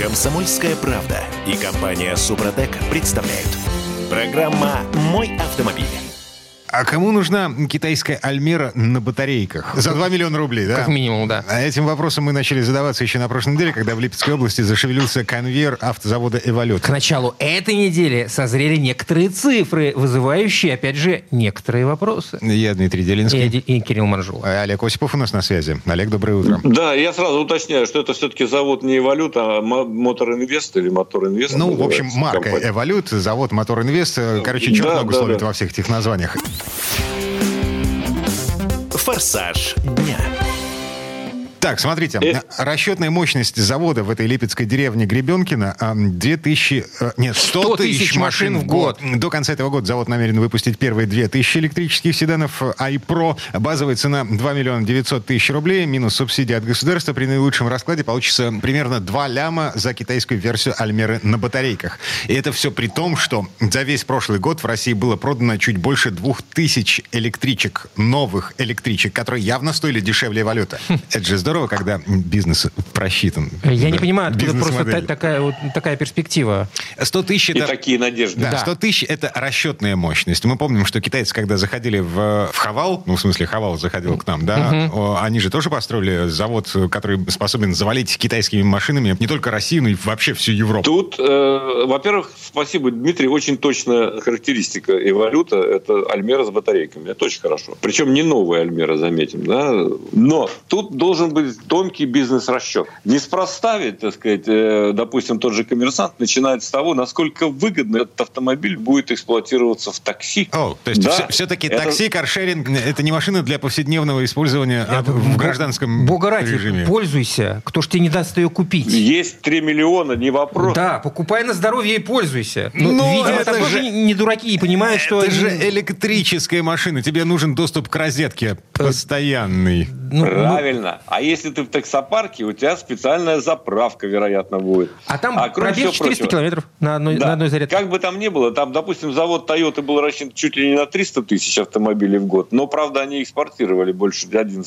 Комсомольская правда и компания «Супротек» представляют. Программа «Мой автомобиль». А кому нужна китайская Альмера на батарейках? За 2 миллиона рублей, да? Как минимум, да. А этим вопросом мы начали задаваться еще на прошлой неделе, когда в Липецкой области зашевелился конвейер автозавода «Эволют». К началу этой недели созрели некоторые цифры, вызывающие, опять же, некоторые вопросы. Я Дмитрий Делинский. И Кирилл Манжул. Олег Осипов у нас на связи. Олег, доброе утро. Да, я сразу уточняю, что это все-таки завод не «Эволют», а «Мотор Инвест» или «Мотор Инвест». Ну, в общем, марка «Эволют», завод «Мотор Инвест». Короче, черт много словит во всех этих названиях. Форсаж дня. Так, смотрите, расчетная мощность завода в этой липецкой деревне Гребенкино 100 тысяч машин в год. До конца этого года завод намерен выпустить первые 2000 электрических седанов iPro. Базовая цена 2 миллиона 900 тысяч рублей, минус субсидия от государства. При наилучшем раскладе получится примерно 2 ляма за китайскую версию Альмеры на батарейках. И это все при том, что за весь прошлый год в России было продано чуть больше 2000 электричек, новых электричек, которые явно стоили дешевле «Эволюта». Это же здорово, когда бизнес просчитан. Я не понимаю, откуда просто такая перспектива. 100 тысяч это... И такие надежды. Да, 100 тысяч это расчетная мощность. Мы помним, что китайцы, когда заходили в Хавал, ну, в смысле, Хавал заходил к нам, да, они же тоже построили завод, который способен завалить китайскими машинами не только Россию, но и вообще всю Европу. Тут, во-первых, спасибо, Дмитрий, очень точная характеристика «Эволюта» — это Альмера с батарейками. Это очень хорошо. Причем не новая Альмера, заметим, да. Но тут должен быть тонкий бизнес-расчет. Неспроста ведь, так сказать, допустим, тот же «Коммерсант» начинает с того, насколько выгодно этот автомобиль будет эксплуатироваться в такси. То есть все-таки такси, каршеринг — это не машина для повседневного использования в гражданском Бога ради, режиме. Пользуйся. Кто ж тебе не даст ее купить? Есть 3 миллиона, не вопрос. Да, покупай на здоровье и пользуйся. Ну, видимо, там тоже не дураки и понимают, что... Это же электрическая машина. Тебе нужен доступ к розетке постоянный. Правильно. А если ты в таксопарке, у тебя специальная заправка, вероятно, будет. А там пробег 400 километров на одной зарядке. Как бы там ни было, там, допустим, завод Toyota был рассчитан чуть ли не на 300 тысяч автомобилей в год, но, правда, они экспортировали больше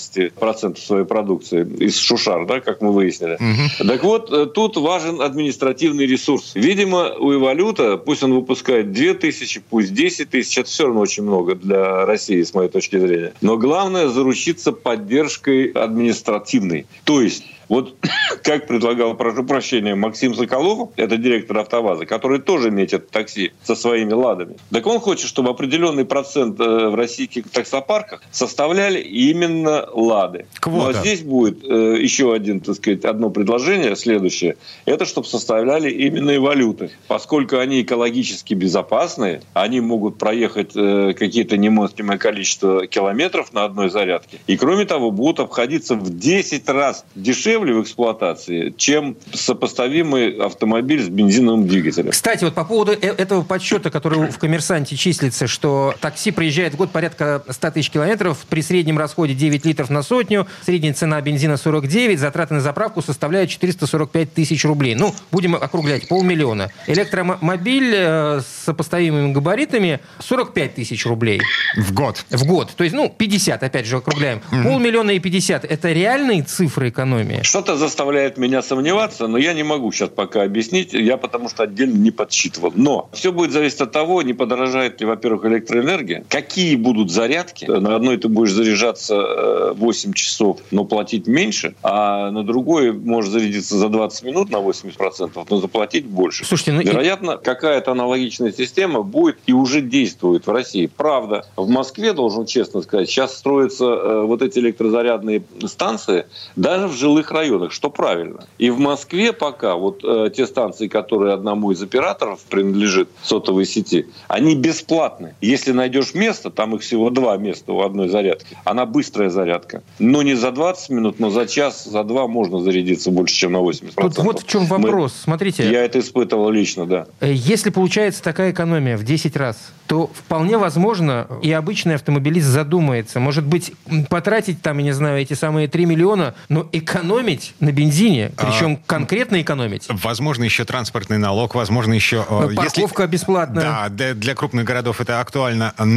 11% своей продукции из Шушар, да, как мы выяснили. Так вот, тут важен административный ресурс. Видимо, у «Эволюта», пусть он выпускает 2000, пусть 10 тысяч, это все равно очень много для России, с моей точки зрения. Но главное заручиться поддержкой административной. То есть, вот как предлагал, прошу прощения, Максим Соколов, это директор «АвтоВАЗа», который тоже метит такси со своими «Ладами. Так он хочет, чтобы определенный процент в российских таксопарках составляли именно «Лады». Квота. Но здесь будет еще одно предложение, следующее. Это чтобы составляли именно «Эволюты». Поскольку они экологически безопасные, они могут проехать какие-то немыслимое количество километров на одной зарядке. И кроме того, будут обходиться в 10 раз дешевле в эксплуатации, чем сопоставимый автомобиль с бензиновым двигателем. Кстати, вот по поводу этого подсчета, который в «Коммерсанте» числится, что такси проезжает в год порядка 100 тысяч километров, при среднем расходе 9 литров на сотню, средняя цена бензина 49, затраты на заправку составляют 445 тысяч рублей. Ну, будем округлять, 500 000. Электромобиль с сопоставимыми габаритами 45 тысяч рублей. В год. В год. То есть, 50, опять же, округляем. 500 000 и 50 – это реальные цифры экономии? Что-то заставляет меня сомневаться, но я не могу сейчас пока объяснить, потому что отдельно не подсчитывал. Но все будет зависеть от того, не подорожает ли, во-первых, электроэнергия, какие будут зарядки. На одной ты будешь заряжаться 8 часов, но платить меньше, а на другой можешь зарядиться за 20 минут на 80%, но заплатить больше. Слушайте, вероятно, какая-то аналогичная система будет и уже действует в России. Правда, в Москве, должен честно сказать, сейчас строятся вот эти электрозарядные станции даже в жилых районах, что правильно. И в Москве пока те станции, которые одному из операторов принадлежит, сотовой сети, они бесплатны. Если найдешь место, там их всего 2 места у одной зарядки, она быстрая зарядка. Но не за 20 минут, но за час, за 2 можно зарядиться больше, чем на 80%. Тут вот в чем вопрос. Смотрите. Я это испытывал лично, да. Если получается такая экономия в 10 раз, то вполне возможно, и обычный автомобилист задумается, может быть, потратить там, я не знаю, эти самые 3 миллиона, но экономить на бензине, причем конкретно экономить. Возможно, еще транспортный налог, возможно, еще... Парковка бесплатная. Да, для крупных городов это актуально, но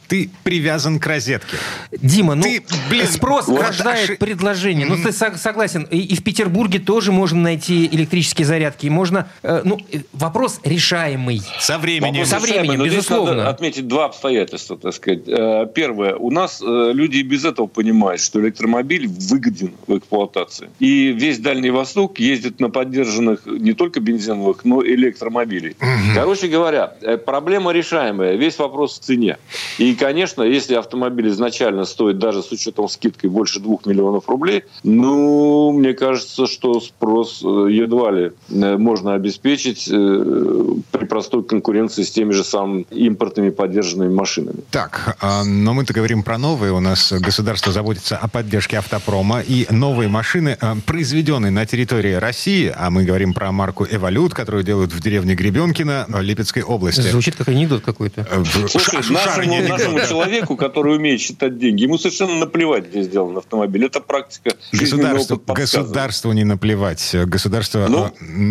Ты привязан к розетке. Дима, спрос рождает предложение. Ты согласен. И в Петербурге тоже можно найти электрические зарядки. Можно... вопрос решаемый. Со временем. Безусловно. Здесь надо отметить два обстоятельства, так сказать. Первое. У нас люди и без этого понимают, что электромобиль выгоден в эксплуатации. И весь Дальний Восток ездит на поддержанных не только бензиновых, но и электромобилей. Короче говоря, проблема решаемая. Весь вопрос в цене. И, конечно, если автомобиль изначально стоит даже с учетом скидки больше 2 миллионов рублей, мне кажется, что спрос едва ли можно обеспечить при простой конкуренции с теми же самыми импортными поддержанными машинами. Так, но мы-то говорим про новые. У нас государство заботится о поддержке автопрома. И новые машины, произведенные на территории России, а мы говорим про марку «Эволют», которую делают в деревне Гребенкино Липецкой области. Звучит как анекдот какой-то. Слушай, нашему человеку, который умеет считать деньги, ему совершенно наплевать, где сделан автомобиль. Это практика жизненного опыта подсказывает. Государству не наплевать. Государство...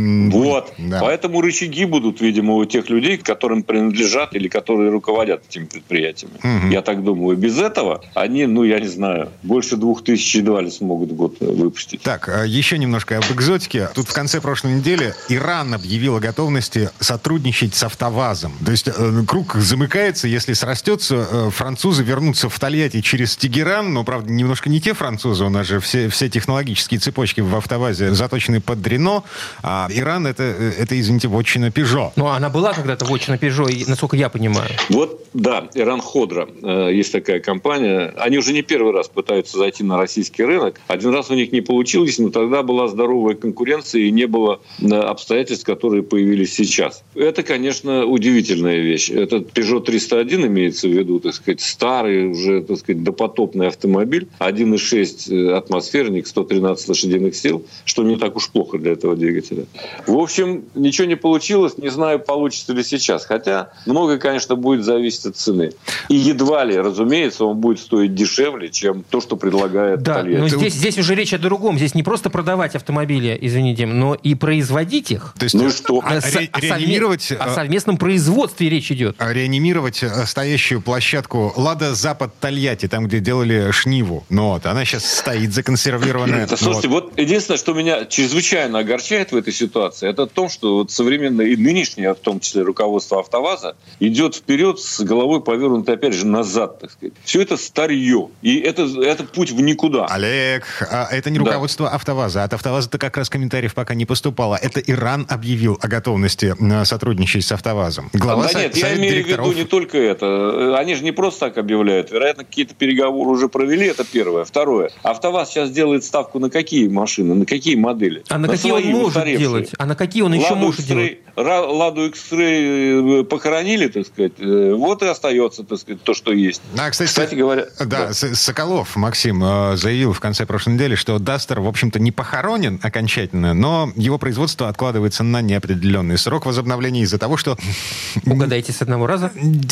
Да. Поэтому рычаги будут, видимо, у тех людей, которым принадлежат или которые руководят этими предприятиями. Я так думаю. Без этого они, я не знаю, больше 2000 едва ли смогут в год выпустить. Так, еще немножко об экзотике. Тут в конце прошлой недели Иран объявил о готовности сотрудничать с АвтоВАЗом. То есть круг замыкается, если срастется, французы вернутся в Тольятти через Тегеран, но, правда, немножко не те французы, у нас же все технологические цепочки в АвтоВАЗе заточены под Рено, а Иран это извините, вотчина Peugeot. Она была когда-то вотчина Peugeot, насколько я понимаю. Иран Ходра, есть такая компания. Они уже не первый раз пытаются зайти на российский рынок. Один раз у них не получилось, но тогда была здоровая конкуренция и не было обстоятельств, которые появились сейчас. Это, конечно, удивительная вещь. Этот Peugeot 301 имеется в виду, так сказать, старый уже, так сказать, допотопный автомобиль, 1.6 атмосферник, 113 лошадиных сил, что не так уж плохо для этого двигателя. В общем, ничего не получилось, не знаю, получится ли сейчас. Хотя многое, конечно, будет зависеть от цены. И едва ли, разумеется, он будет стоить дешевле, чем то, что предлагает Тольятти. Но здесь уже речь о другом. Здесь не просто продавать автомобили, извините, но и производить их. То есть, что? Реанимировать... О совместном производстве речь идет. Реанимировать стоящую площадку «Лада Запад Тольятти», там, где делали Шниву. Она сейчас стоит законсервированная. Слушайте, единственное, что меня чрезвычайно огорчает в этой ситуации, это то, что современное и нынешнее, в том числе руководство АвтоВАЗа, идет вперед с головой повернутой, опять же, назад, так сказать. Все это старье. И это путь в никуда. Олег, это не руководство АвтоВАЗа. От АвтоВАЗа-то как раз комментариев пока не поступало. Это Иран объявил о готовности сотрудничать с АвтоВАЗом. Я имею в виду не только это. Они же не просто так объявляют. Вероятно, какие-то переговоры уже провели. Это первое. Второе. АвтоВАЗ сейчас делает ставку на какие машины, на какие модели? А на какие он может делать? А на какие он еще может делать? Ладу X-Ray похоронили, так сказать. Вот и остается, так сказать, то, что есть. Кстати говоря... Да, Соколов Максим заявил в конце прошлой недели, что Дастер, в общем-то, не похоронен окончательно, но его производство откладывается на неопределенный срок возобновления из-за того, что... Угадайте с одного раза.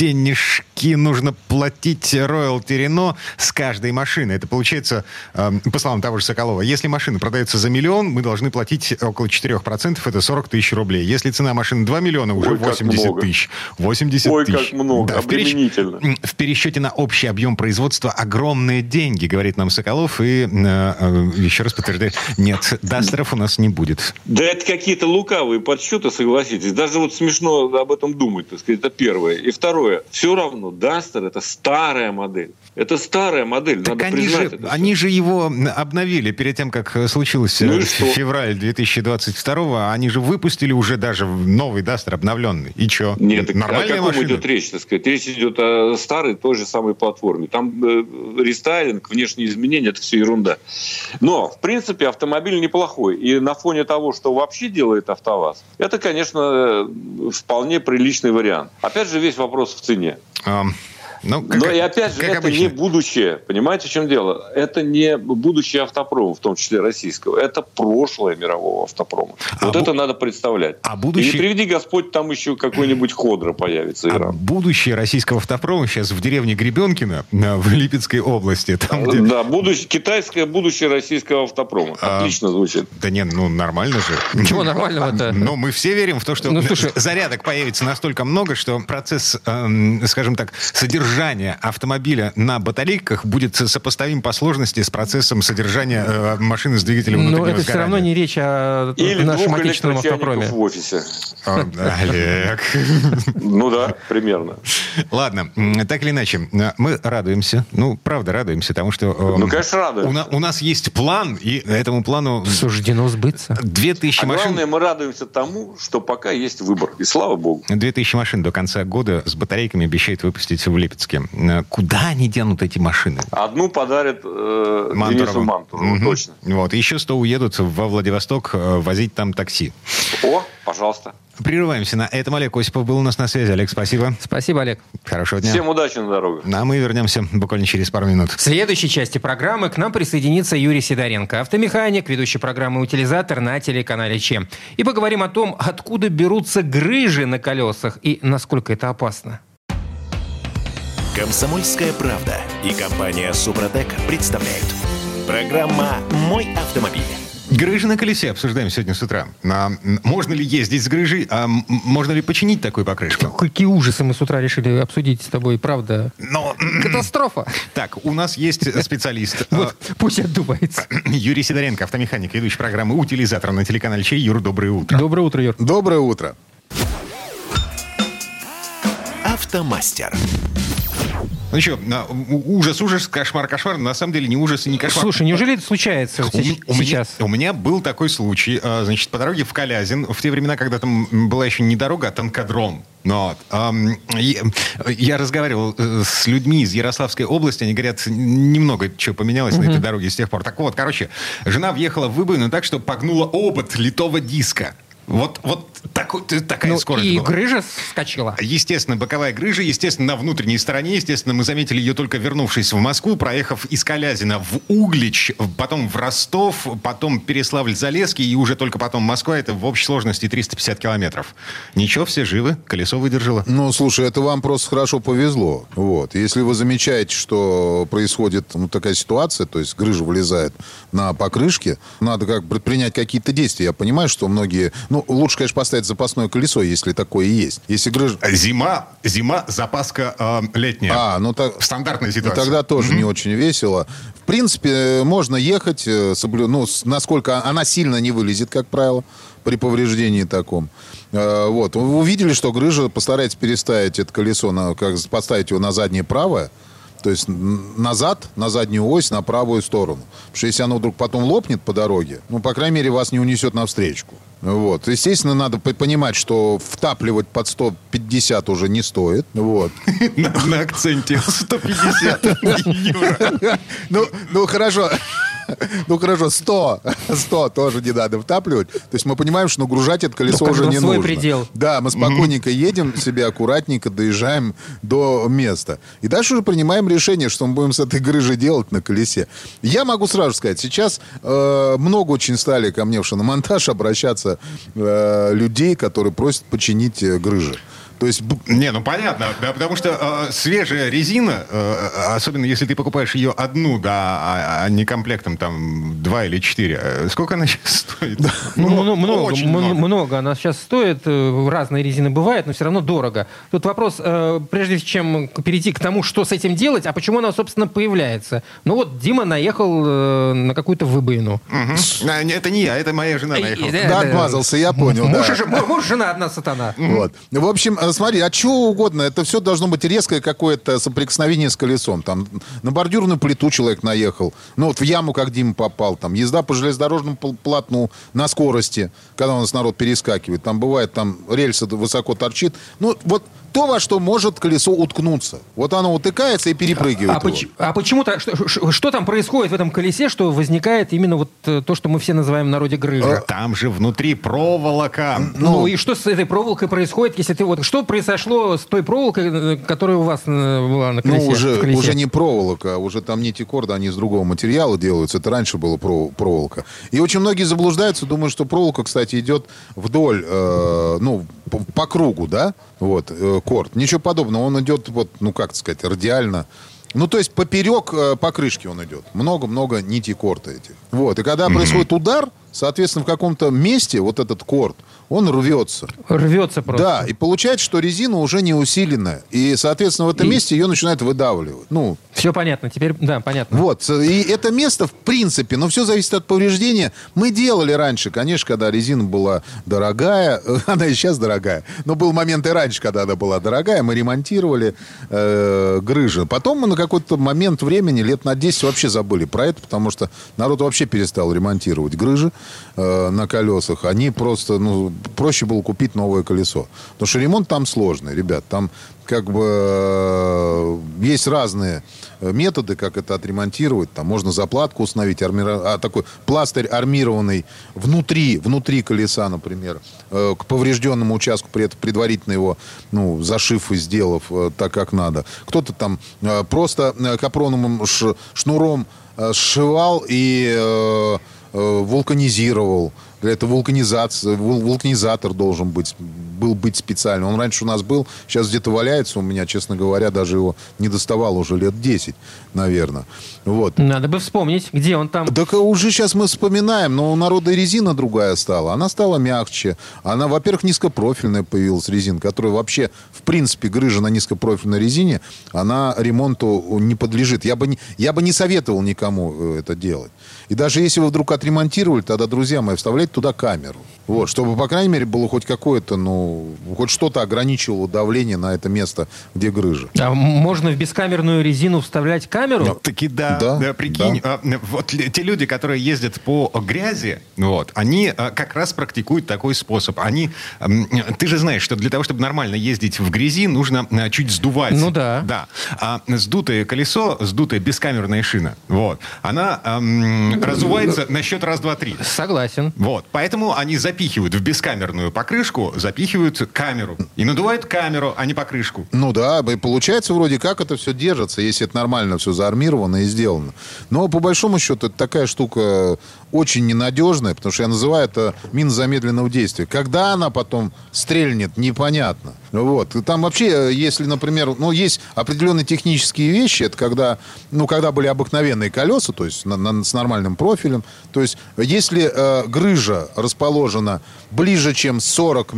Денежки нужно платить роялти Рено с каждой машины. Это получается, по словам того же Соколова, если машина продается за 1 миллион, мы должны платить около 4%, это 40 тысяч рублей. Если цена машины 2 миллиона, уже 80 тысяч. 80 тысяч. Как много, обременительно. В пересчете на общий объем производства огромные деньги, говорит нам Соколов, и еще раз подтверждает, нет, Дастеров у нас не будет. Да это какие-то лукавые подсчеты, согласитесь. Даже смешно об этом думать, так сказать, это первое. И второе, все равно Дастер — это старая модель. Это старая модель, так надо признать это. Они же его обновили перед тем, как случилось февраль 2022-го. Они же выпустили уже даже новый Дастер обновленный. И что? Нет, нормальная машина? О каком идет речь, так сказать? Речь идет о старой, той же самой платформе. Там рестайлинг, внешние изменения — это все ерунда. Но, в принципе, автомобиль неплохой. И на фоне того, что вообще делает АвтоВАЗ, это, конечно, вполне приличный вариант. Опять же, весь вопрос в цене. Но и опять же, это обычно не будущее. Понимаете, в чем дело? Это не будущее автопрома, в том числе российского. Это прошлое мирового автопрома. Это надо представлять. Будущее... И не приведи Господь, там еще какой-нибудь Ходра появится. Будущее российского автопрома сейчас в деревне Гребенкино в Липецкой области. Там, где... Да, китайское будущее российского автопрома. Отлично звучит. Да нет, нормально же. Чего нормального-то? Но мы все верим в то, что зарядок появится настолько много, что процесс, скажем так, содержания содержание автомобиля на батарейках будет сопоставим по сложности с процессом содержания машины с двигателем внутреннего сгорания. Но это все равно не речь о нашем отечественном автопроме. В офисе. Олег. Ну да, примерно. Ладно, так или иначе, мы радуемся. Ну, правда, радуемся, потому что... Ну, конечно, радуемся. У нас есть план, и этому плану... Суждено сбыться. 2000 машин... Главное, мы радуемся тому, что пока есть выбор. И слава богу. 2000 машин до конца года с батарейками обещают выпустить в Липецке. Куда они денут эти машины? Одну подарят Денису Мантурову, точно. Вот, еще 100 уедут во Владивосток возить там такси. О, пожалуйста. Прерываемся на этом. Олег Осипов был у нас на связи. Олег, спасибо. Спасибо, Олег. Хорошего дня. Всем удачи на дорогах. А мы вернемся буквально через пару минут. В следующей части программы к нам присоединится Юрий Сидоренко, автомеханик, ведущий программы «Утилизатор» на телеканале ЧЕ. И поговорим о том, откуда берутся грыжи на колесах и насколько это опасно. «Комсомольская правда» и компания «Супротек» представляют. Программа «Мой автомобиль». Грыжи на колесе обсуждаем сегодня с утра. Можно ли ездить с грыжей, а можно ли починить такую покрышку? Какие ужасы мы с утра решили обсудить с тобой, правда? Катастрофа. Так, у нас есть специалист. Вот, пусть отдувается. Юрий Сидоренко, автомеханик, ведущий программы «Утилизатор» на телеканале ЧЕ. Юр, доброе утро. Доброе утро, Юр. Доброе утро. «Автомастер». Ну что, ужас, кошмар. На самом деле не ужас и не кошмар. Слушай, неужели это случается сейчас? У меня был такой случай. Значит, по дороге в Калязин, в те времена, когда там была еще не дорога, а танкодром. Вот. Я разговаривал с людьми из Ярославской области. Они говорят, немного чего поменялось на этой дороге с тех пор. Так вот, короче, жена въехала в выбоину так, что погнула обод литого диска. Вот такая скорость и была. Грыжа вскочила. Естественно, боковая грыжа, естественно, на внутренней стороне. Естественно, мы заметили ее только вернувшись в Москву, проехав из Калязина в Углич, потом в Ростов, потом Переславль-Залесский и уже только потом Москва. Это в общей сложности 350 километров. Ничего, все живы, колесо выдержало. Ну, слушай, это вам просто хорошо повезло. Вот. Если вы замечаете, что происходит такая ситуация, то есть грыжа вылезает на покрышке, надо предпринять какие-то действия. Я понимаю, что многие... лучше, конечно, поставить запасное колесо, если такое есть. Если грыжа... Зима, запаска летняя. Стандартная ситуация. Тогда тоже не очень весело. В принципе, можно ехать, насколько она сильно не вылезет, как правило, при повреждении таком. Вот. Вы увидели, что грыжа, постарайтесь переставить это колесо, поставить его на заднее правое, то есть назад, на заднюю ось, на правую сторону. Потому что если оно вдруг потом лопнет по дороге, по крайней мере, вас не унесет навстречку. Вот. Естественно, надо понимать, что втапливать под 150 уже не стоит. Вот. На акценте 150. Ну, хорошо. Ну, хорошо, 100 тоже не надо втапливать. То есть мы понимаем, что нагружать это колесо уже не нужно. Предел. Да, мы спокойненько едем себе, аккуратненько доезжаем до места. И дальше уже принимаем решение, что мы будем с этой грыжей делать на колесе. Я могу сразу сказать, сейчас много очень стали ко мне в шиномонтаж обращаться людей, которые просят починить грыжи. То есть... понятно, да, потому что свежая резина, особенно если ты покупаешь ее одну, да, а не комплектом, там, 2 или 4, сколько она сейчас стоит? Много она сейчас стоит, разные резины бывают, но все равно дорого. Тут вопрос, прежде чем перейти к тому, что с этим делать, а почему она, собственно, появляется? Дима наехал на какую-то выбоину. Это не я, это моя жена наехала. Да, отмазался, я понял. Муж, жена, одна сатана. Вот. В общем, смотри, от чего угодно. Это все должно быть резкое какое-то соприкосновение с колесом. Там на бордюрную плиту человек наехал. В яму, как Дима попал. Там езда по железнодорожному полотну на скорости, когда у нас народ перескакивает. Там бывает, рельса высоко торчит. То, во что может колесо уткнуться. Вот оно утыкается и перепрыгивает его. А почему-то... Что там происходит в этом колесе, что возникает именно то, что мы все называем в народе грыжа? Там же внутри проволока. И что с этой проволокой происходит, если ты... Что произошло с той проволокой, которая у вас была на колесе? Уже не проволока, уже там нити корда, они из другого материала делаются. Это раньше была проволока. И очень многие заблуждаются, думают, что проволока, кстати, идет вдоль, по кругу, да? Корд. Ничего подобного. Он идет, радиально. То есть поперек покрышки он идет. Много-много нитей корда этих. И когда происходит удар, соответственно, в каком-то месте вот этот корд, он рвется. Рвется просто. Да, и получается, что резина уже не усиленная. И, соответственно, в этом месте ее начинают выдавливать. Ну, все понятно, теперь, да, понятно. вот, и это место, в принципе, но все зависит от повреждения. Мы делали раньше, конечно, когда резина была дорогая, она и сейчас дорогая, но был момент и раньше, когда она была дорогая, мы ремонтировали грыжи. Потом мы на какой-то момент времени, лет на 10, вообще забыли про это, потому что народ вообще перестал ремонтировать грыжи на колесах. Они просто, проще было купить новое колесо. Потому что ремонт там сложный, ребят. Там как бы есть разные методы, как это отремонтировать. Там можно заплатку установить, такой пластырь армированный внутри колеса, например, к поврежденному участку, при этом предварительно его зашив и сделав так, как надо. Кто-то там просто капроновым шнуром сшивал и вулканизировал. Для этого вулканизатор должен был быть специально. Он раньше у нас был, сейчас где-то валяется у меня, честно говоря, даже его не доставал уже лет 10, наверное. Вот. Надо бы вспомнить, где он там. Так уже сейчас мы вспоминаем, но у народа и резина другая стала. Она стала мягче. Она, во-первых, низкопрофильная появилась резина, которая вообще, в принципе, грыжа на низкопрофильной резине, она ремонту не подлежит. Я бы не советовал никому это делать. И даже если вы вдруг отремонтировали, тогда, друзья мои, вставляйте туда камеру. Вот, чтобы, по крайней мере, было хоть какое-то, хоть что-то ограничивало давление на это место, где грыжа. А можно в бескамерную резину вставлять камеру? Таки да. Прикинь, вот те люди, которые ездят по грязи, они как раз практикуют такой способ. Ты же знаешь, что для того, чтобы нормально ездить в грязи, нужно чуть сдувать. Ну да. Да. А сдутое колесо, сдутая бескамерная шина, она разувается на счет раз, два, три. Согласен. Вот. Поэтому они запихивают в бескамерную покрышку, запихивают камеру. И надувают камеру, а не покрышку. И получается вроде как это все держится, если это нормально все заармировано и сделано. Но по большому счету это такая штука очень ненадежная, потому что я называю это мина замедленного действия. Когда она потом стрельнет, непонятно. Вот. И там вообще, если, например, есть определенные технические вещи, это когда были обыкновенные колеса, то есть с нормальным профилем, то есть если грыжа расположена ближе, чем 40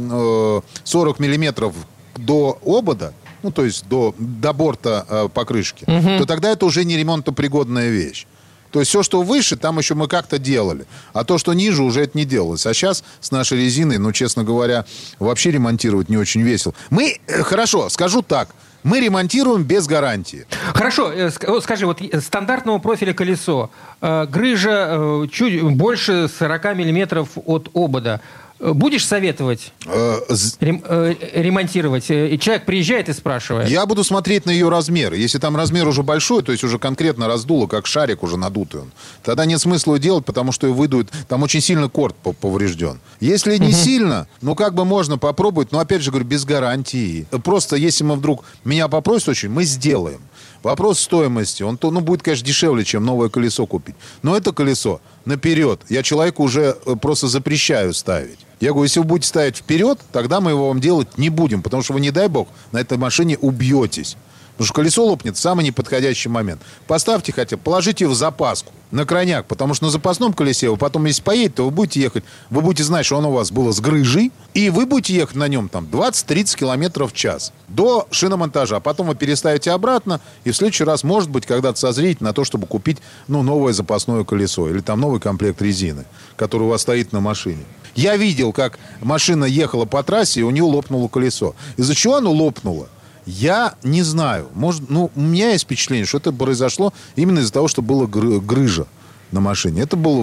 миллиметров до обода, то есть до борта покрышки, то тогда это уже не ремонтопригодная вещь. То есть все, что выше, там еще мы как-то делали. А то, что ниже, уже это не делалось. А сейчас с нашей резиной, честно говоря, вообще ремонтировать не очень весело. Хорошо, скажу так. Мы ремонтируем без гарантии. Хорошо, скажи, стандартного профиля колесо, грыжа чуть больше 40 миллиметров от обода. Будешь советовать ремонтировать? И человек приезжает и спрашивает. Я буду смотреть на ее размер. Если там размер уже большой, то есть уже конкретно раздуло, как шарик уже надутый он, тогда нет смысла делать, потому что ее выдуют. Там очень сильно корд поврежден. Если не сильно, можно попробовать, но опять же говорю, без гарантии. Просто если мы вдруг меня попросят очень, мы сделаем. Вопрос стоимости. Он будет, конечно, дешевле, чем новое колесо купить. Но это колесо наперед. Я человеку уже просто запрещаю ставить. Я говорю, если вы будете ставить вперед, тогда мы его вам делать не будем. Потому что вы, не дай бог, на этой машине убьетесь. Потому что колесо лопнет в самый неподходящий момент. Поставьте положите в запаску, на крайняк. Потому что на запасном колесе вы потом, если поедете, то вы будете ехать, вы будете знать, что оно у вас было с грыжей, и вы будете ехать на нем 20-30 километров в час до шиномонтажа. А потом вы переставите обратно, и в следующий раз, может быть, когда-то созреете на то, чтобы купить новое запасное колесо или новый комплект резины, который у вас стоит на машине. Я видел, как машина ехала по трассе, и у нее лопнуло колесо. Из-за чего оно лопнуло? Я не знаю. У меня есть впечатление, что это произошло именно из-за того, что была грыжа на машине. Это был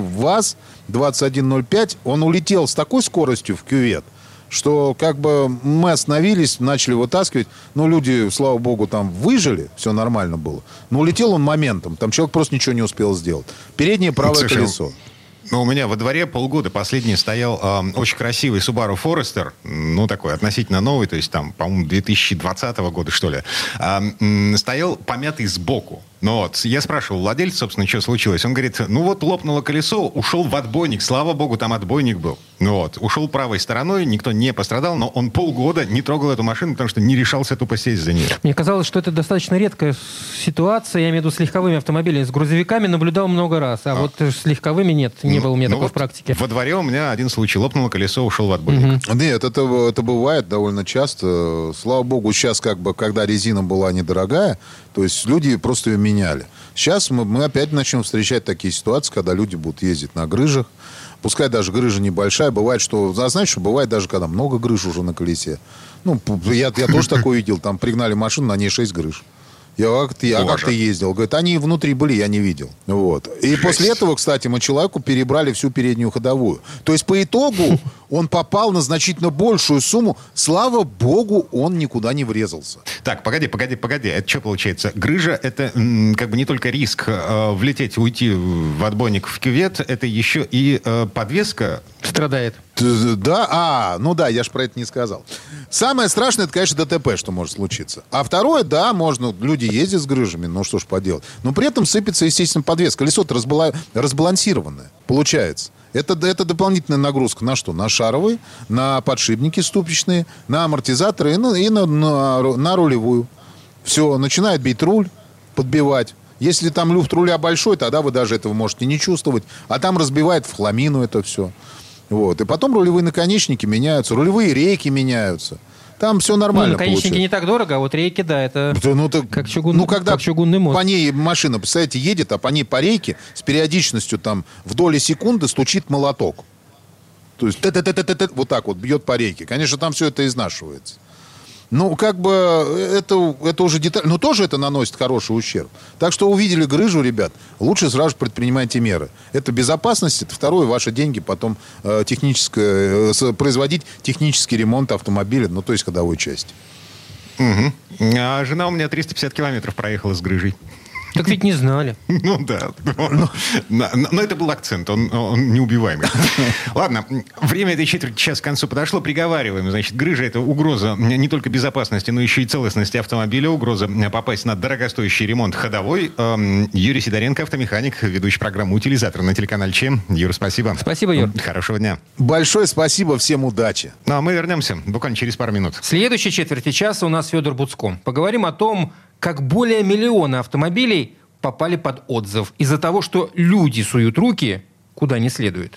ВАЗ-2105. Он улетел с такой скоростью в кювет, что мы остановились, начали вытаскивать. Люди, слава богу, там выжили, все нормально было. Но улетел он моментом. Там человек просто ничего не успел сделать. Переднее правое колесо. У меня во дворе полгода последний стоял очень красивый Subaru Forester, такой относительно новый, то есть там, по-моему, 2020 года, что ли. Стоял помятый сбоку. Ну вот, я спрашивал владельца, собственно, что случилось. Он говорит, ну вот лопнуло колесо, ушел в отбойник. Слава богу, там отбойник был. Ну вот, ушел правой стороной, никто не пострадал, но он полгода не трогал эту машину, потому что не решался тупо сесть за нее. Мне казалось, что это достаточно редкая ситуация. Я имею в виду с легковыми автомобилями. С грузовиками наблюдал много раз, а вот с легковыми нет, не было у меня такой в практике. Во дворе у меня один случай. Лопнуло колесо, ушел в отбойник. Нет, это бывает довольно часто. Слава богу, сейчас когда резина была недорогая, то есть люди просто ее меняли. Сейчас мы опять начнем встречать такие ситуации, когда люди будут ездить на грыжах. Пускай даже грыжа небольшая, бывает, что... Знаешь, что бывает даже, когда много грыж уже на колесе. Ну, я тоже такое видел. Там пригнали машину, на ней 6 грыж. А как ты ездил? Говорит, они внутри были, я не видел. Вот. И после этого, кстати, мы человеку перебрали всю переднюю ходовую. То есть, по итогу, он попал на значительно большую сумму. Слава богу, он никуда не врезался. Так, погоди. Это что получается? Грыжа — это как бы не только риск влететь, уйти в отбойник, в кювет, это еще и подвеска... Страдает. Да? Ну да, я же про это не сказал. Самое страшное, это, конечно, ДТП, что может случиться. А второе, да, можно, люди ездят с грыжами, ну что ж поделать. Но при этом сыпется, естественно, подвеска. Колесо-то разбалансированное, получается. Это дополнительная нагрузка на что? На шаровые, на подшипники ступичные, на амортизаторы и на рулевую. Все, начинает бить руль, подбивать. Если там люфт руля большой, тогда вы даже этого можете не чувствовать. А там разбивает в хламину это все. Вот. И потом рулевые наконечники меняются, рулевые рейки меняются. Там все нормально наконечники получается. Не так дорого, а вот рейки, да, это как чугунный мост. По ней машина, представляете, едет, а по ней по рейке с периодичностью там в доли секунды стучит молоток. То есть вот так вот бьет по рейке. Конечно, там все это изнашивается. Ну, как бы, это уже деталь. Но тоже это наносит хороший ущерб. Так что увидели грыжу, ребят, лучше сразу предпринимайте меры. Это безопасность, это второе, ваши деньги потом производить технический ремонт автомобиля, ну, то есть ходовой части. Угу. А жена у меня 350 километров проехала с грыжей. Так ведь не знали. Ну да. Но это был акцент, он неубиваемый. Ладно, время этой четверти часа к концу подошло. Приговариваем. Значит, грыжа — это угроза не только безопасности, но еще и целостности автомобиля. Угроза попасть на дорогостоящий ремонт ходовой. Юрий Сидоренко, автомеханик, ведущий программу «Утилизатор» на телеканале ЧЕМ. Юр, спасибо. Спасибо, Юр. Хорошего дня. Большое спасибо, всем удачи. Ну, а мы вернемся буквально через пару минут. В следующей четверти часа у нас Федор Буцко. Поговорим о том, как более миллиона автомобилей попали под отзыв из-за того, что люди суют руки куда не следует.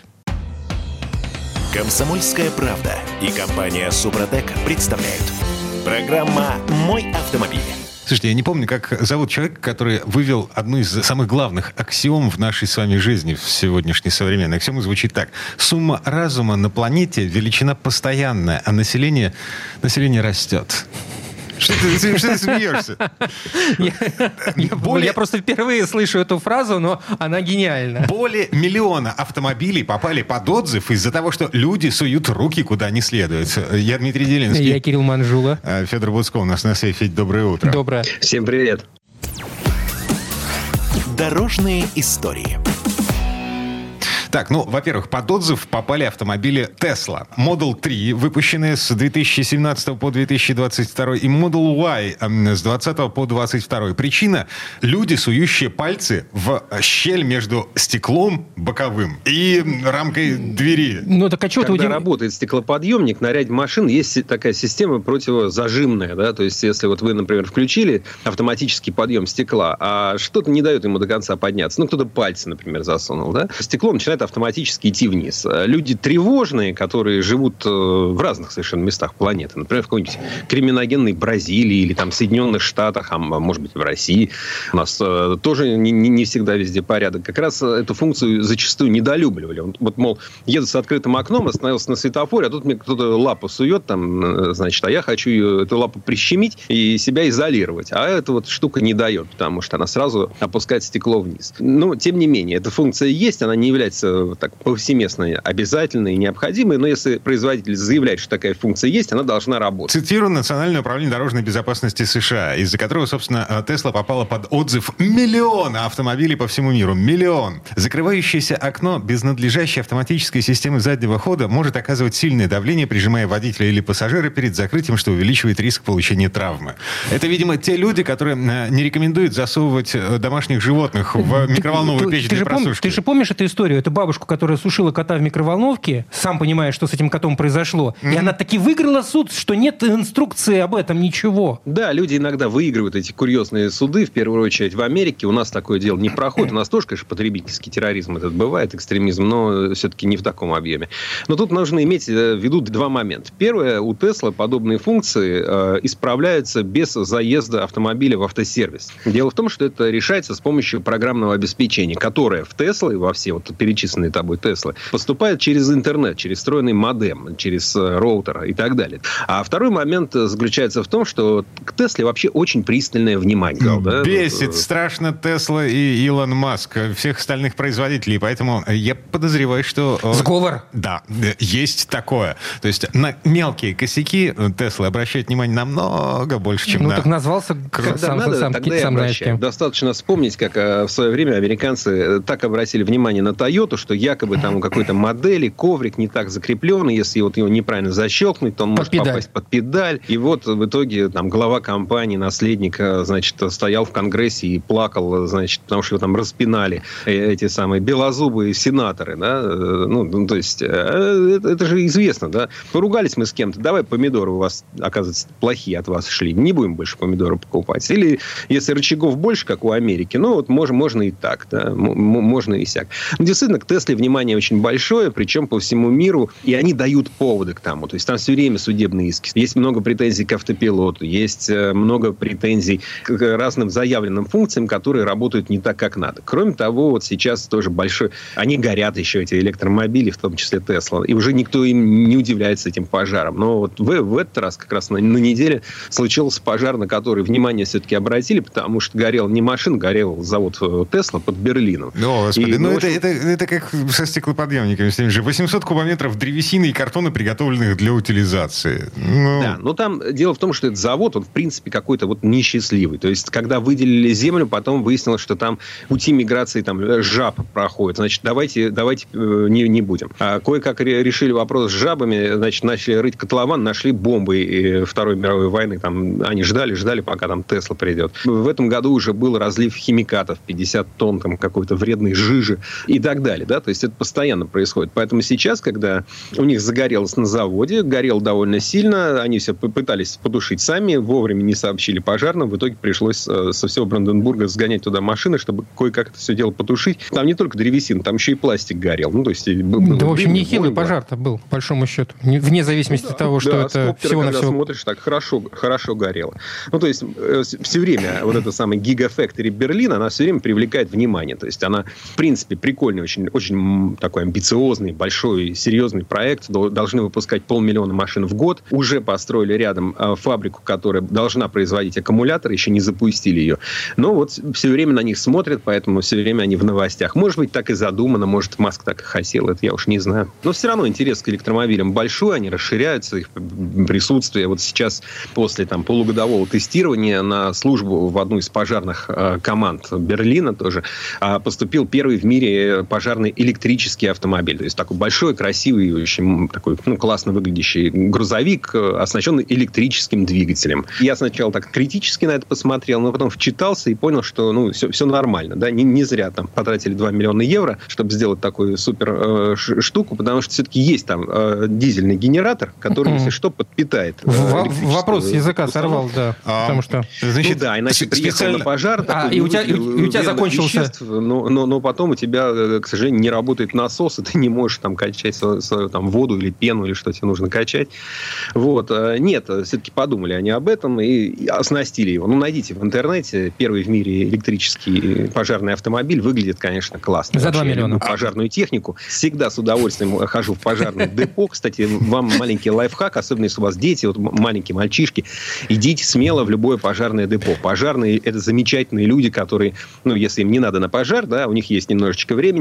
«Комсомольская правда» и компания «Супротек» представляют. Программа «Мой автомобиль». Слушайте, я не помню, как зовут человека, который вывел одну из самых главных аксиом в нашей с вами жизни в сегодняшней современной. Аксиома звучит так. Сумма разума на планете величина постоянная, а население растет. Что ты смеешься? Я просто впервые слышу эту фразу, но она гениальна. Более миллиона автомобилей попали под отзыв из-за того, что люди суют руки куда не следует. Я Дмитрий Делинский. Я Кирилл Манжула. Федор Буцко у нас на связи. Федь, доброе утро. Доброе. Всем привет. Дорожные истории. Так, ну, во-первых, под отзыв попали автомобили Tesla. Model 3, выпущенные с 2017 по 2022, и Model Y с 20 по 22. Причина – люди, сующие пальцы в щель между стеклом боковым и рамкой двери. Ну, так а что Когда работает стеклоподъемник, на ряде машин есть такая система противозажимная. Да? То есть, если вот вы, например, включили автоматический подъем стекла, а что-то не дает ему до конца подняться. Ну, кто-то пальцы, например, засунул. Да? Стекло начинает автоматически идти вниз. Люди тревожные, которые живут в разных совершенно местах планеты, например, в какой-нибудь криминогенной Бразилии или там Соединенных Штатах, а может быть в России, у нас тоже не всегда везде порядок, как раз эту функцию зачастую недолюбливали. Вот, мол, еду с открытым окном, остановился на светофоре, а тут мне кто-то лапу сует, там, значит, а я хочу эту лапу прищемить и себя изолировать. А эта вот штука не дает, потому что она сразу опускает стекло вниз. Но, тем не менее, эта функция есть, она не является так повсеместно обязательной и необходимой, но если производитель заявляет, что такая функция есть, она должна работать. Цитирую Национальное управление дорожной безопасности США, из-за которого, собственно, Тесла попала под отзыв миллиона автомобилей по всему миру. Миллион. Закрывающееся окно без надлежащей автоматической системы заднего хода может оказывать сильное давление, прижимая водителя или пассажира перед закрытием, что увеличивает риск получения травмы. Это, видимо, те люди, которые не рекомендуют засовывать домашних животных в микроволновую печь для просушки. Ты же помнишь эту историю? Эту бабушку, которая сушила кота в микроволновке, сам понимаешь, что с этим котом произошло, и она таки выиграла суд, что нет инструкции об этом, ничего. Да, люди иногда выигрывают эти курьезные суды, в первую очередь в Америке. У нас такое дело не проходит. У нас тоже, конечно, потребительский терроризм этот бывает, экстремизм, но все-таки не в таком объеме. Но тут нужно иметь в виду два момента. Первое, у Tesla подобные функции исправляются без заезда автомобиля в автосервис. Дело в том, что это решается с помощью программного обеспечения, которое в Tesla и во все вот перечисленные тобой Tesla поступает через интернет, через встроенный модем, через роутер и так далее. А второй момент заключается в том, что к Тесле вообще очень пристальное внимание. Бесит страшно Тесла и Илон Маск, всех остальных производителей, поэтому я подозреваю, что... Сговор? Да, есть такое. То есть на мелкие косяки Тесла обращает внимание намного больше, чем на... так назвался, когда надо, тогда и обращают. Достаточно вспомнить, как в свое время американцы так обратили внимание на Toyota, что якобы там у какой-то модели коврик не так закреплен, и если вот его неправильно защелкнуть, то он может попасть под педаль. И вот в итоге там глава компании, наследник, значит, стоял в Конгрессе и плакал, значит, потому что его там распинали эти самые белозубые сенаторы, да, ну, то есть это же известно, да. Поругались мы с кем-то, давай помидоры у вас, оказывается, плохие от вас шли, не будем больше помидоры покупать. Или если рычагов больше, как у Америки, ну, вот можно и так, да, можно и сяк. Но действительно, к Тесле внимание очень большое, причем по всему миру, и они дают поводы к тому. То есть там все время судебные иски. Есть много претензий к автопилоту, есть много претензий к разным заявленным функциям, которые работают не так, как надо. Кроме того, вот сейчас тоже большой... Они горят еще, эти электромобили, в том числе Tesla, и уже никто им не удивляется этим пожаром. Но вот в этот раз, как раз на неделе, случился пожар, на который внимание все-таки обратили, потому что горел не машина, горел завод Tesla под Берлином. О, Господи, это как со стеклоподъемниками. 800 кубометров древесины и картона, приготовленных для утилизации. Да, но там дело в том, что этот завод, он в принципе какой-то вот несчастливый. То есть, когда выделили землю, потом выяснилось, что там пути миграции там жаб проходят. Значит, давайте не будем. А кое-как решили вопрос с жабами, значит, начали рыть котлован, нашли бомбы Второй мировой войны. Там они ждали, пока там Тесла придет. В этом году уже был разлив химикатов, 50 тонн там какой-то вредной жижи и так далее. Да? То есть, это постоянно происходит. Поэтому сейчас, когда у них загорелось на заводе, горело довольно сильно, они все пытались потушить сами, вовремя не сообщили пожарным, в итоге пришлось со всего Бранденбурга сгонять туда машины, чтобы кое-как это все дело потушить. Там не только древесина, там еще и пластик горел. Ну, то есть, да, в общем, нехилый пожар-то был, по большому счету. Вне зависимости от того, что это всего-навсего... смотришь, так хорошо горело. Ну, то есть, все время вот эта самая Gigafactory Берлин, она все время привлекает внимание. То есть, она, в принципе, прикольный, очень, очень такой амбициозный, большой, серьезный проект. Должны выпускать 500 000 машин в год. Уже построили рядом фабрику, которая должна производить аккумуляторы, еще не запустили ее. Но вот все время на них смотрят, поэтому все время они в новостях. Может быть, так и задумано, может, Маск так и хотел, это я уж не знаю. Но все равно интерес к электромобилям большой, они расширяются, их присутствие. Вот сейчас, после там полугодового тестирования, на службу в одну из пожарных команд Берлина тоже поступил первый в мире пожарный электрический автомобиль. То есть такой большой, красивый, очень такой, классно выглядящий грузовик, оснащенный электрическим двигателем. Я сначала так критически на это посмотрел, но потом вчитался и понял, что все нормально. Да? Не зря там потратили 2 миллиона евро, чтобы сделать такую супер штуку, потому что все-таки есть там дизельный генератор, который, если что, подпитает. Вопрос с языка сорвал, да. Потому что... Значит, иначе приехал на пожар, и у тебя закончился... Веществ, но потом у тебя, к сожалению, не работает насос, и ты не можешь там качать свою там воду или пену, или что тебе нужно качать. Вот. Нет, все-таки подумали они об этом и оснастили его. Найдите в интернете первый в мире электрический пожарный автомобиль. Выглядит, конечно, классно. За 2 миллиона. Пожарную технику. Всегда с удовольствием хожу в пожарное депо. Кстати, вам маленький лайфхак, особенно если у вас дети, вот маленькие мальчишки, идите смело в любое пожарное депо. Пожарные — это замечательные люди, которые, если им не надо на пожар, да, у них есть немножечко времени, они с удовольствием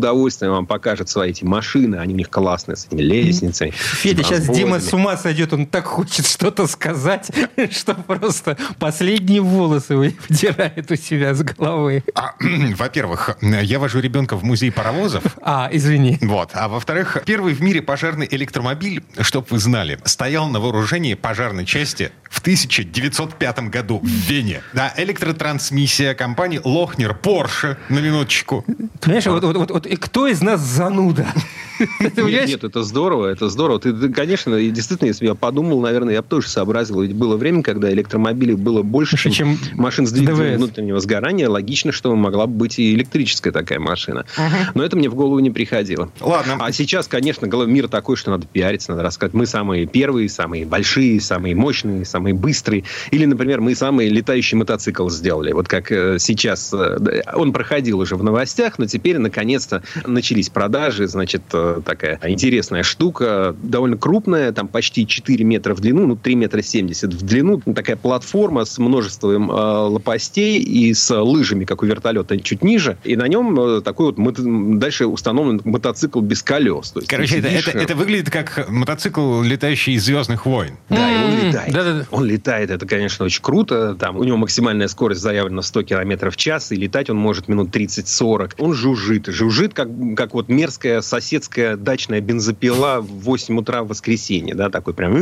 удовольствием вам покажет свои эти машины. Они у них классные, с этими лестницами. Федя, сейчас Дима с ума сойдет. Он так хочет что-то сказать, что просто последние волосы выдирает у себя с головы. Во-первых, я вожу ребенка в музей паровозов. Извини. Вот. А во-вторых, первый в мире пожарный электромобиль, чтоб вы знали, стоял на вооружении пожарной части в 1905 году в Вене. Да, электротрансмиссия компании Лохнер, Порше, на минуточку. Понимаешь, вот и кто из нас зануда? Нет, это здорово, это здорово. Ты, конечно, и действительно, если бы я подумал, наверное, я бы тоже сообразил. Ведь было время, когда электромобилей было больше, чем машин с двигателем внутреннего сгорания. Логично, что могла бы быть и электрическая такая машина. Но это мне в голову не приходило. Ладно. А сейчас, конечно, мир такой, что надо пиариться, надо рассказать. Мы самые первые, самые большие, самые мощные, самые быстрые. Или, например, мы самый летающий мотоцикл сделали. Вот как сейчас. Он проходил уже в новостях, но теперь, наконец-то, начались продажи. Значит, такая интересная штука, довольно крупная, там почти 4 метра в длину, 3 метра 70 в длину. Такая платформа с множеством лопастей и с лыжами, как у вертолета, чуть ниже. И на нем такой вот дальше установлен мотоцикл без колес. То есть, короче, это выглядит как мотоцикл, летающий из «Звездных войн». Да, и он летает. Да. Он летает, это, конечно, очень круто. Там у него максимальная скорость заявлена 100 км в час, и летать он может минут 30-40. Он жужжит. Жужжит, как вот мерзкая соседская дачная бензопила в 8 утра в воскресенье. Да, такой прям...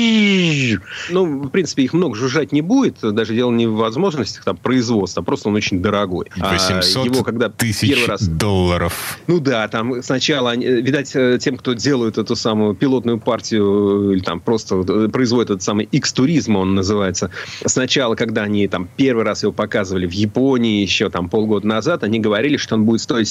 Ну, в принципе, их много жужжать не будет. Даже дело не в возможностях там, производства, просто он очень дорогой. 800 тысяч долларов. Ну да, там сначала, видать, тем, кто делает эту самую пилотную партию, или там просто производит этот самый X-туризм, он называется. Сначала, когда они там первый раз его показывали в Японии еще там полгода назад, они говорили, что он будет стоить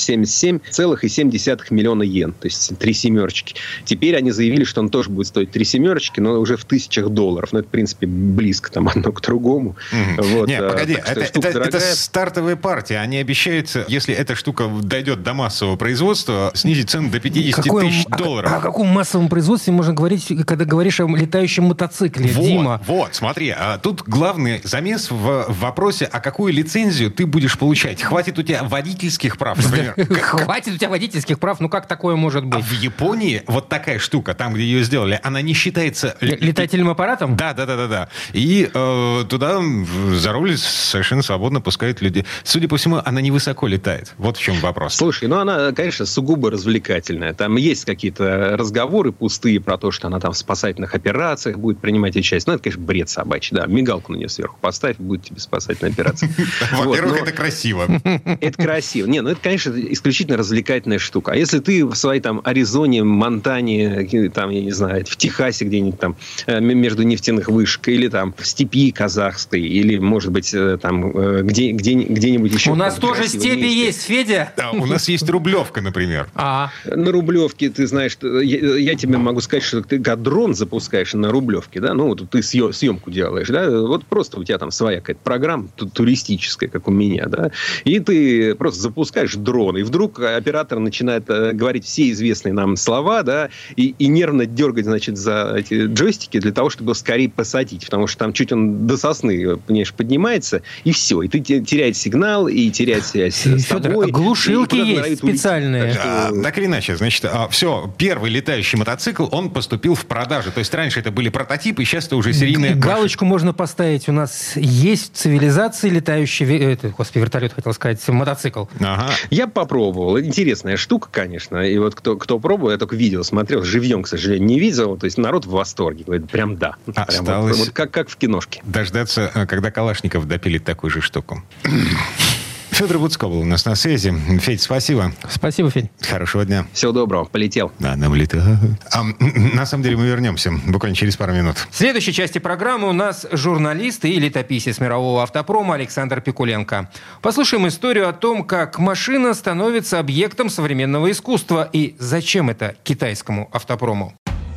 77,7 миллиона йен, то есть 3 семерочки. Теперь они заявили, что он тоже будет стоить 3 семерочки, но уже в $1000. Но это, в принципе, близко там одно к другому. Вот. Нет, погоди, это стартовая партия. Они обещают, если эта штука дойдет до массового производства, снизить цену до 50 тысяч долларов. О каком массовом производстве можно говорить, когда говоришь о летающем мотоцикле, Дима? Вот, смотри, тут главный замес в вопросе, а какую лицензию ты будешь получать? Хватит у тебя водительских прав, например? Хватит у тебя водительских прав? Ну как такое может быть? А в Японии вот такая штука, там, где ее сделали, она не считается... Летательным аппаратом? Да. И туда за руль совершенно свободно пускают людей. Судя по всему, она невысоко летает. Вот в чем вопрос. Слушай, она, конечно, сугубо развлекательная. Там есть какие-то разговоры пустые про то, что она там в спасательных операциях будет принимать участие. Ну, это, конечно, бред собачий. Да, мигалку на нее сверху поставь, будет тебе спасательная операция. Во-первых, это красиво. Это красиво. Не, это, конечно, исключительно развлекательная штука. А если ты в своей там Аризоне, Монтане, там, я не знаю, в Техасе где-нибудь там между нефтяных вышек, или там в степи казахской, или, может быть, там где-нибудь еще. У нас тоже степи есть, Федя. Да, у нас есть Рублевка, например. На Рублевке, ты знаешь, я тебе могу сказать, что ты дрон запускаешь на Рублевке, да, ну, вот ты съемку делаешь, да, вот просто у тебя там своя какая-то программа туристическая, как у меня, да, и ты просто запускаешь дрон, и вдруг оператор начинает говорить все известные нам слова, да, и нервно дергать, значит, за эти джойстики для того, чтобы его скорее посадить, потому что там чуть он до сосны, понимаешь, поднимается, и все, и ты теряешь сигнал, и теряешь связь с тобой. Глушилки есть специальные. Так или иначе, значит, все, первый летающий мотоцикл, он поступил в продажу. То есть раньше это были прототипы, сейчас это уже серийные... Галочку можно поставить. У нас есть в цивилизации летающий... вертолет, хотел сказать, мотоцикл. Ага. Я попробовал. Интересная штука, конечно. И вот кто пробовал, я только видео смотрел, живьем, к сожалению, не видел. То есть народ в восторге. Говорит, прям да. Осталось вот как в киношке. Дождаться, когда Калашников допилит такую же штуку. Федор Буцко был у нас на связи. Федь, спасибо. Спасибо, Федь. Хорошего дня. Всего доброго. Полетел. Да, нам летает. На самом деле мы вернемся буквально через пару минут. В следующей части программы у нас журналист и летописец мирового автопрома Александр Пикуленко. Послушаем историю о том, как машина становится объектом современного искусства и зачем это китайскому автопрому.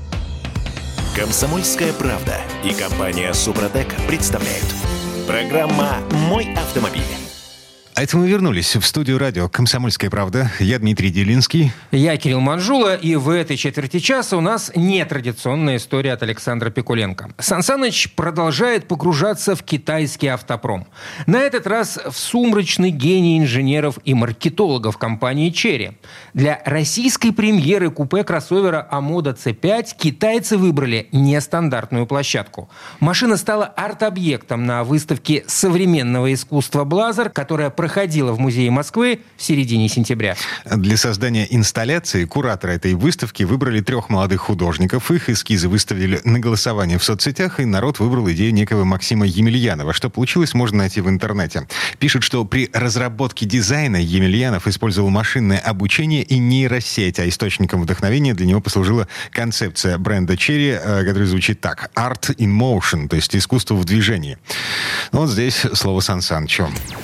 «Комсомольская правда» и компания «Супротек» представляют. Программа «Мой автомобиль». А это мы вернулись в студию радио «Комсомольская правда». Я Дмитрий Делинский. Я Кирилл Манжула. И в этой четверти часа у нас нетрадиционная история от Александра Пикуленко. Сан Саныч продолжает погружаться в китайский автопром. На этот раз в сумрачный гений инженеров и маркетологов компании Chery. Для российской премьеры купе-кроссовера Amoda C5 китайцы выбрали нестандартную площадку. Машина стала арт-объектом на выставке современного искусства «Блазер», которая проходила в музее Москвы в середине сентября. Для создания инсталляции кураторы этой выставки выбрали 3 молодых художников. Их эскизы выставили на голосование в соцсетях, и народ выбрал идею некого Максима Емельянова. Что получилось, можно найти в интернете. Пишут, что при разработке дизайна Емельянов использовал машинное обучение и нейросеть, а источником вдохновения для него послужила концепция бренда Chery, которая звучит так: «Art in motion», то есть искусство в движении. Вот здесь слово Сан Санычу.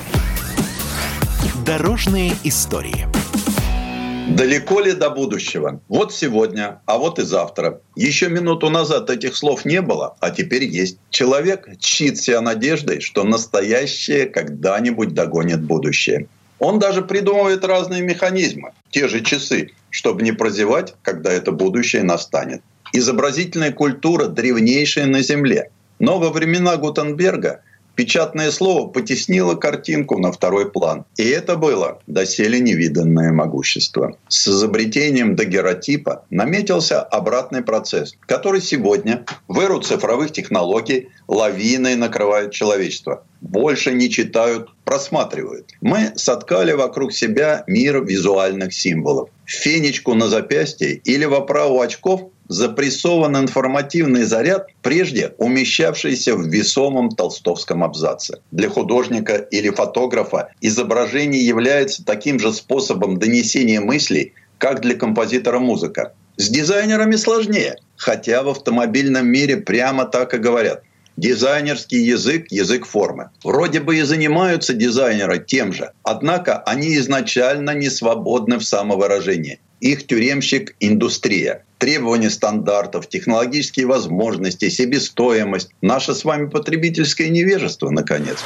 Дорожные истории. Далеко ли до будущего? Вот сегодня, а вот и завтра. Еще минуту назад этих слов не было, а теперь есть. Человек тщит себя надеждой, что настоящее когда-нибудь догонит будущее. Он даже придумывает разные механизмы, те же часы, чтобы не прозевать, когда это будущее настанет. Изобразительная культура древнейшая на Земле. Но во времена Гутенберга печатное слово потеснило картинку на второй план. И это было доселе невиданное могущество. С изобретением дагерротипа наметился обратный процесс, который сегодня в эру цифровых технологий лавиной накрывает человечество. Больше не читают, просматривают. Мы соткали вокруг себя мир визуальных символов. В фенечку на запястье или в оправу очков запрессован информативный заряд, прежде умещавшийся в весомом толстовском абзаце. Для художника или фотографа изображение является таким же способом донесения мыслей, как для композитора музыка. С дизайнерами сложнее, хотя в автомобильном мире прямо так и говорят. Дизайнерский язык – язык формы. Вроде бы и занимаются дизайнеры тем же, однако они изначально не свободны в самовыражении. Их тюремщик – индустрия. Требования стандартов, технологические возможности, себестоимость. Наше с вами потребительское невежество, наконец.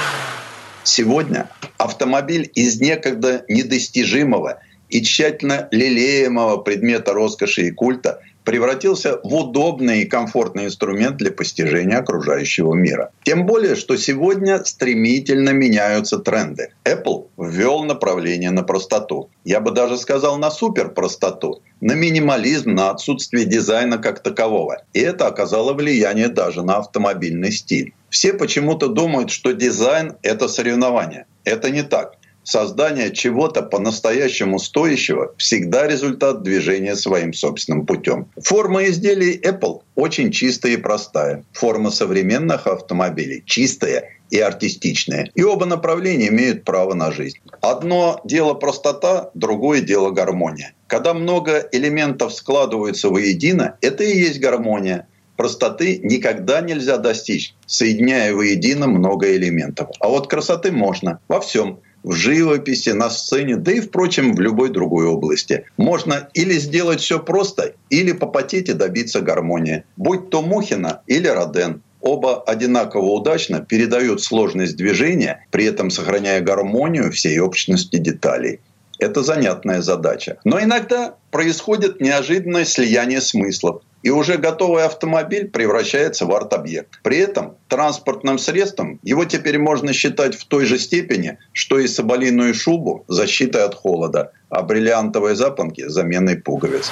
Сегодня автомобиль из некогда недостижимого и тщательно лелеемого предмета роскоши и культа превратился в удобный и комфортный инструмент для постижения окружающего мира. Тем более, что сегодня стремительно меняются тренды. Apple ввел направление на простоту. Я бы даже сказал на суперпростоту, на минимализм, на отсутствие дизайна как такового. И это оказало влияние даже на автомобильный стиль. Все почему-то думают, что дизайн — это соревнование. Это не так. Создание чего-то по-настоящему стоящего всегда результат движения своим собственным путем. Форма изделий Apple очень чистая и простая. Форма современных автомобилей чистая и артистичная. И оба направления имеют право на жизнь. Одно дело простота, другое дело гармония. Когда много элементов складываются воедино, это и есть гармония. Простоты никогда нельзя достичь, соединяя воедино много элементов. А вот красоты можно во всем. В живописи, на сцене, да и, впрочем, в любой другой области. Можно или сделать все просто, или попотеть и добиться гармонии. Будь то Мухина или Роден. Оба одинаково удачно передают сложность движения, при этом сохраняя гармонию всей общности деталей. Это занятная задача. Но иногда происходит неожиданное слияние смыслов. И уже готовый автомобиль превращается в арт-объект. При этом транспортным средством его теперь можно считать в той же степени, что и соболиную шубу защитой от холода, а бриллиантовые запонки – заменой пуговиц.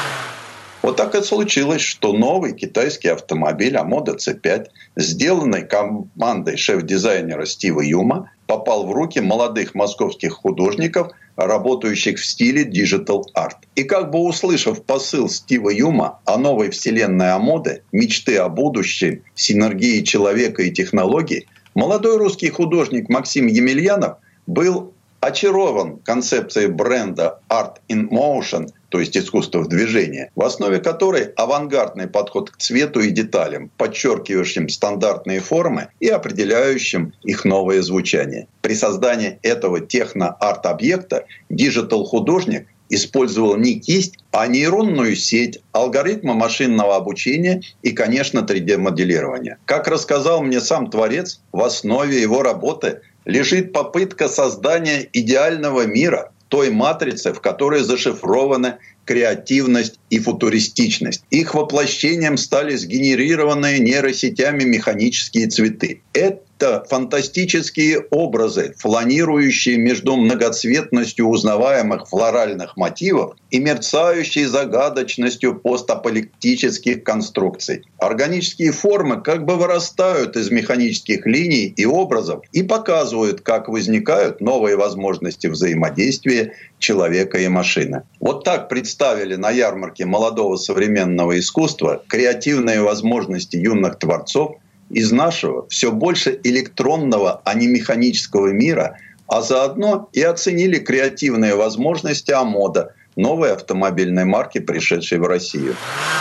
Вот так и случилось, что новый китайский автомобиль Amoda C5, сделанный командой шеф-дизайнера Стива Юма, попал в руки молодых московских художников, работающих в стиле Digital Art. И как бы услышав посыл Стива Юма о новой вселенной Амоды, мечты о будущем, синергии человека и технологий, молодой русский художник Максим Емельянов был очарован концепцией бренда Art in Motion, то есть искусство в движении, в основе которой авангардный подход к цвету и деталям, подчеркивающим стандартные формы и определяющим их новое звучание. При создании этого техно-арт-объекта диджитал-художник использовал не кисть, а нейронную сеть, алгоритмы машинного обучения и, конечно, 3D-моделирование. Как рассказал мне сам творец, в основе его работы лежит попытка создания идеального мира, той матрицы, в которой зашифрованы креативность и футуристичность. Их воплощением стали сгенерированные нейросетями механические цветы. Это фантастические образы, фланирующие между многоцветностью узнаваемых флоральных мотивов и мерцающей загадочностью постапокалиптических конструкций. Органические формы как бы вырастают из механических линий и образов и показывают, как возникают новые возможности взаимодействия человека и машины. Вот так представили на ярмарке молодого современного искусства креативные возможности юных творцов из нашего все больше электронного, а не механического мира, а заодно и оценили креативные возможности АМОДа, новой автомобильной марки, пришедшей в Россию.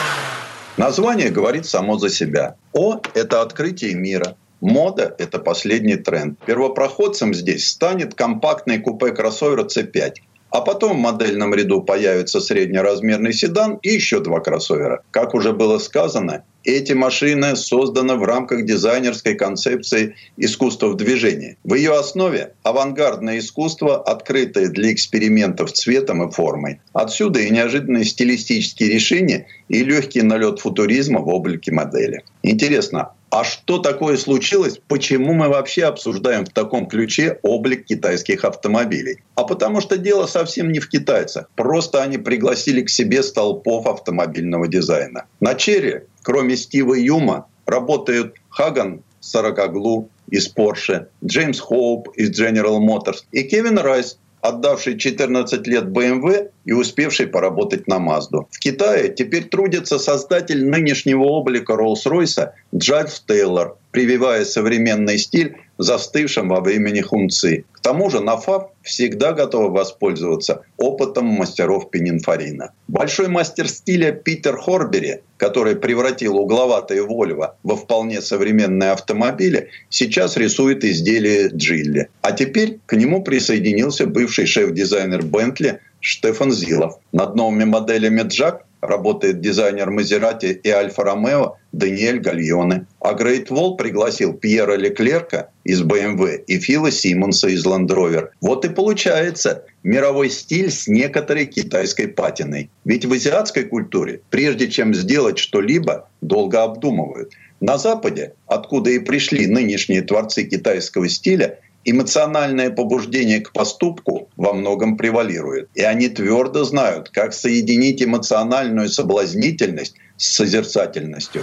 Название говорит само за себя. О – это открытие мира. Мода – это последний тренд. Первопроходцем здесь станет компактный купе-кроссовер C5. А потом в модельном ряду появится среднеразмерный седан и еще 2 кроссовера. Как уже было сказано, эти машины созданы в рамках дизайнерской концепции искусства в движении. В ее основе авангардное искусство, открытое для экспериментов цветом и формой. Отсюда и неожиданные стилистические решения и легкий налет футуризма в облике модели. Интересно, а что такое случилось? Почему мы вообще обсуждаем в таком ключе облик китайских автомобилей? А потому что дело совсем не в китайцах. Просто они пригласили к себе столпов автомобильного дизайна. На Черри, кроме Стива Юма, работают Хаган Сарагаглу из Porsche, Джеймс Хоуп из General Motors и Кевин Райс, отдавший 14 лет BMW и успевший поработать на Мазду. В Китае теперь трудится создатель нынешнего облика Роллс-Ройса Джайв Тейлор, прививая современный стиль застывшим во времени хунци. К тому же Нафав всегда готов воспользоваться опытом мастеров Пининфарина. Большой мастер стиля Питер Хорбери, который превратил угловатые Вольво во вполне современные автомобили, сейчас рисует изделия Джилли. А теперь к нему присоединился бывший шеф-дизайнер Бентли Штефан Зилов. Над новыми моделями Джак работает дизайнер Мазерати и Альфа-Ромео Даниэль Гальоне. А Great Wall пригласил Пьера Леклерка из BMW и Фила Симмонса из Land Rover. Вот и получается мировой стиль с некоторой китайской патиной. Ведь в азиатской культуре, прежде чем сделать что-либо, долго обдумывают. На Западе, откуда и пришли нынешние творцы китайского стиля, эмоциональное побуждение к поступку во многом превалирует. И они твердо знают, как соединить эмоциональную соблазнительность с созерцательностью.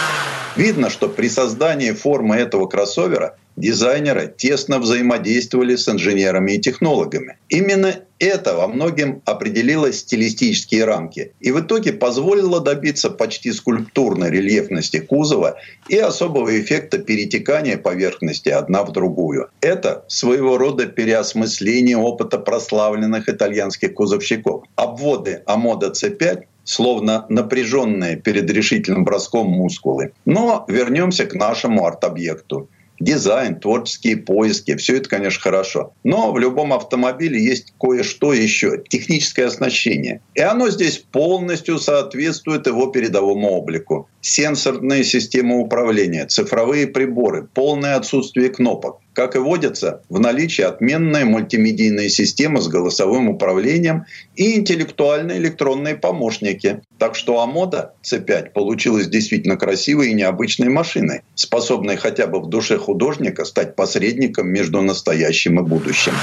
Видно, что при создании формы этого кроссовера дизайнеры тесно взаимодействовали с инженерами и технологами. Именно это во многом определило стилистические рамки и в итоге позволило добиться почти скульптурной рельефности кузова и особого эффекта перетекания поверхности одна в другую. Это своего рода переосмысление опыта прославленных итальянских кузовщиков. Обводы Амода C5 словно напряженные перед решительным броском мускулы. Но вернемся к нашему арт-объекту. Дизайн, творческие поиски – все это, конечно, хорошо. Но в любом автомобиле есть кое-что еще – техническое оснащение. И оно здесь полностью соответствует его передовому облику. Сенсорные системы управления, цифровые приборы, полное отсутствие кнопок. Как и водится, в наличии отменная мультимедийная система с голосовым управлением и интеллектуальные электронные помощники. Так что Амода C5 получилась действительно красивой и необычной машиной, способной хотя бы в душе художника стать посредником между настоящим и будущим.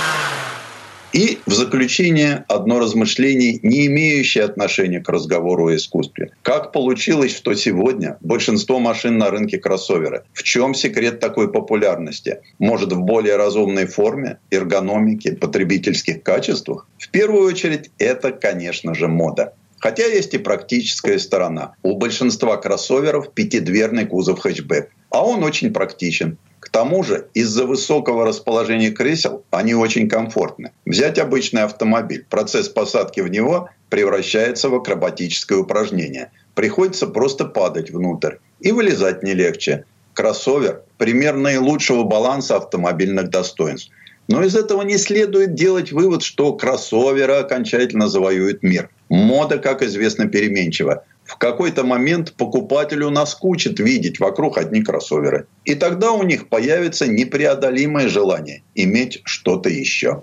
И в заключение одно размышление, не имеющее отношения к разговору о искусстве. Как получилось, что сегодня большинство машин на рынке кроссоверы? В чем секрет такой популярности? Может, в более разумной форме, эргономике, потребительских качествах? В первую очередь, это, конечно же, мода. Хотя есть и практическая сторона. У большинства кроссоверов пятидверный кузов хэтчбэк, а он очень практичен. К тому же, из-за высокого расположения кресел они очень комфортны. Взять обычный автомобиль. Процесс посадки в него превращается в акробатическое упражнение. Приходится просто падать внутрь. И вылезать не легче. Кроссовер – пример наилучшего баланса автомобильных достоинств. Но из этого не следует делать вывод, что кроссоверы окончательно завоюют мир. Мода, как известно, переменчива. в какой-то момент покупателю наскучит видеть вокруг одни кроссоверы. И тогда у них появится непреодолимое желание иметь что-то еще.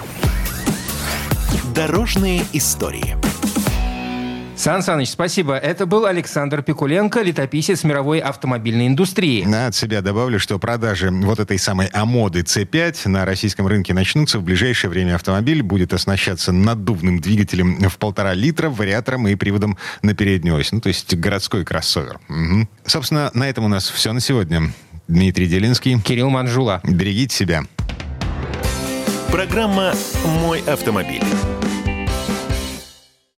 Дорожные истории. Сан Саныч, спасибо. Это был Александр Пикуленко, летописец мировой автомобильной индустрии. От себя добавлю, что продажи вот этой самой Амоды C5 на российском рынке начнутся в ближайшее время. Автомобиль будет оснащаться наддувным двигателем в 1,5 литра, вариатором и приводом на переднюю ось. То есть городской кроссовер. Угу. Собственно, на этом у нас все на сегодня. Дмитрий Делинский. Кирилл Манжула. Берегите себя. Программа «Мой автомобиль».